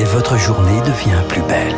et votre journée devient plus belle.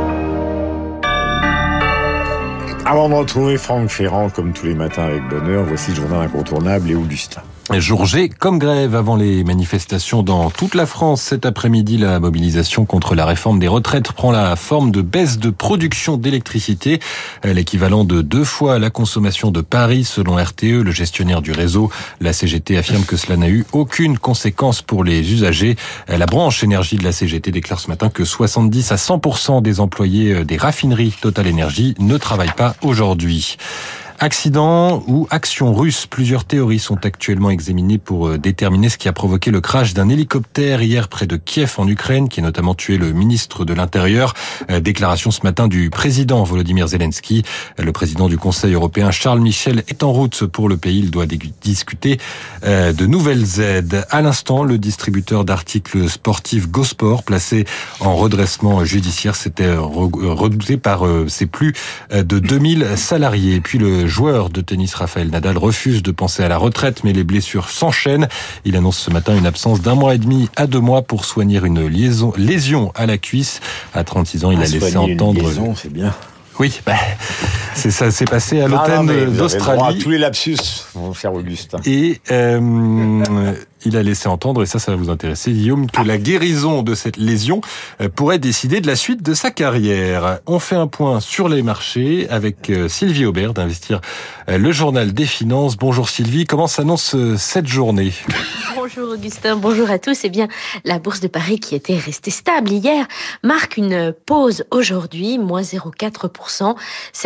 Avant de retrouver Franck Ferrand, comme tous les matins avec bonheur, voici le journal incontournable et Augustin. Jour J comme grève avant les manifestations dans toute la France. Cet après-midi, la mobilisation contre la réforme des retraites prend la forme de baisse de production d'électricité, l'équivalent de 2 fois la consommation de Paris selon RTE, le gestionnaire du réseau. La CGT affirme que cela n'a eu aucune conséquence pour les usagers. La branche énergie de la CGT déclare ce matin que 70 à 100% des employés des raffineries Total Energy ne travaillent pas aujourd'hui. Accident ou action russe, plusieurs théories sont actuellement examinées pour déterminer ce qui a provoqué le crash d'un hélicoptère hier près de Kiev en Ukraine, qui a notamment tué le ministre de l'Intérieur. Déclaration ce matin du président Volodymyr Zelensky. Le président du Conseil européen Charles Michel est en route pour le pays. Il doit discuter de nouvelles aides. À l'instant, le distributeur d'articles sportifs GoSport, placé en redressement judiciaire, s'était redouté par ses plus de 2000 salariés. Et puis le joueur de tennis Rafael Nadal refuse de penser à la retraite, mais les blessures s'enchaînent. Il annonce ce matin une absence d'1 mois et demi à 2 mois pour soigner une lésion à la cuisse. À 36 ans, il a laissé entendre... Une liaison, c'est bien. Oui, c'est ça, c'est passé à l'automne d'Australie. Tous les lapsus, mon cher Augustin. Et il a laissé entendre, et ça va vous intéresser, Guillaume, que la guérison de cette lésion pourrait décider de la suite de sa carrière. On fait un point sur les marchés avec Sylvie Aubert d'Investir, le journal des finances. Bonjour Sylvie, comment s'annonce cette journée ? Bonjour Augustin, bonjour à tous. Eh bien, la bourse de Paris, qui était restée stable hier, marque une pause aujourd'hui, moins 0,4%,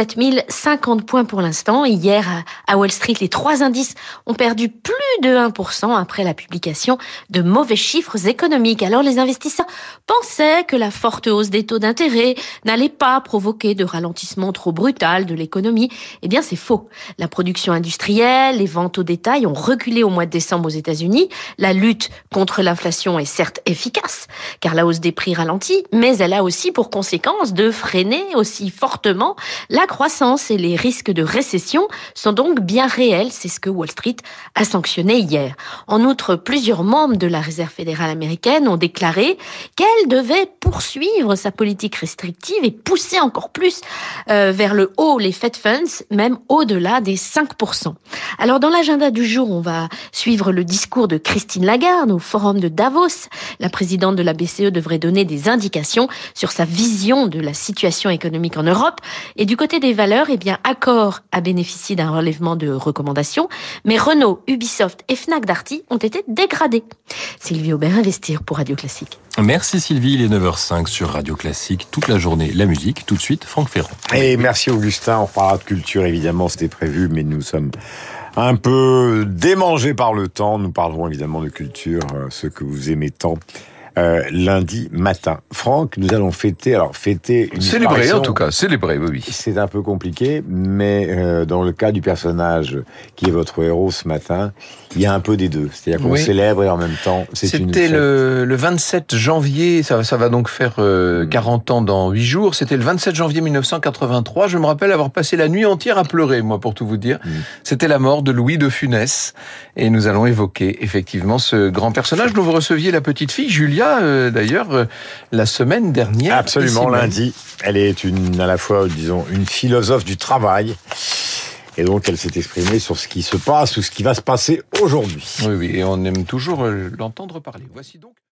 7050 points pour l'instant. Hier, à Wall Street, les 3 indices ont perdu plus de 1% après la publication de mauvais chiffres économiques. Alors, les investisseurs pensaient que la forte hausse des taux d'intérêt n'allait pas provoquer de ralentissement trop brutal de l'économie. Eh bien, c'est faux. La production industrielle, les ventes au détail ont reculé au mois de décembre aux États-Unis. La lutte contre l'inflation est certes efficace, car la hausse des prix ralentit, mais elle a aussi pour conséquence de freiner aussi fortement la croissance, et les risques de récession sont donc bien réels. C'est ce que Wall Street a sanctionné hier. En outre, plusieurs membres de la Réserve fédérale américaine ont déclaré qu'elle devait poursuivre sa politique restrictive et pousser encore plus vers le haut les Fed Funds, même au-delà des 5%. Alors, dans l'agenda du jour, on va suivre le discours de Christine Lagarde au forum de Davos. La présidente de la BCE devrait donner des indications sur sa vision de la situation économique en Europe. Et du côté des valeurs, eh bien, Accor a bénéficié d'un relèvement de recommandations, mais Renault, Ubisoft et Fnac Darty ont été dégradés. Sylvie Aubert, Investir pour Radio Classique. Merci Sylvie, il est 9h05 sur Radio Classique, toute la journée la musique. Tout de suite, Franck Ferrand. Et merci Augustin, on parlera de culture évidemment, c'était prévu, mais nous sommes un peu démangés par le temps. Nous parlerons évidemment de culture, ce que vous aimez tant. Lundi matin. Franck, nous allons fêter une célébrer en tout cas, célébrer, oui. C'est un peu compliqué, mais dans le cas du personnage qui est votre héros ce matin, il y a un peu des deux. C'est-à-dire qu'on célèbre et en même temps, C'était le 27 janvier, ça va donc faire 40 ans dans 8 jours. C'était le 27 janvier 1983. Je me rappelle avoir passé la nuit entière à pleurer, moi, pour tout vous dire. C'était la mort de Louis de Funès. Et nous allons évoquer effectivement ce grand personnage dont vous receviez la petite fille, Julia, d'ailleurs, la semaine dernière. Absolument, lundi. Elle est à la fois, disons, une philosophe du travail. Et donc, elle s'est exprimée sur ce qui se passe ou ce qui va se passer aujourd'hui. Oui, et on aime toujours l'entendre parler. Voici donc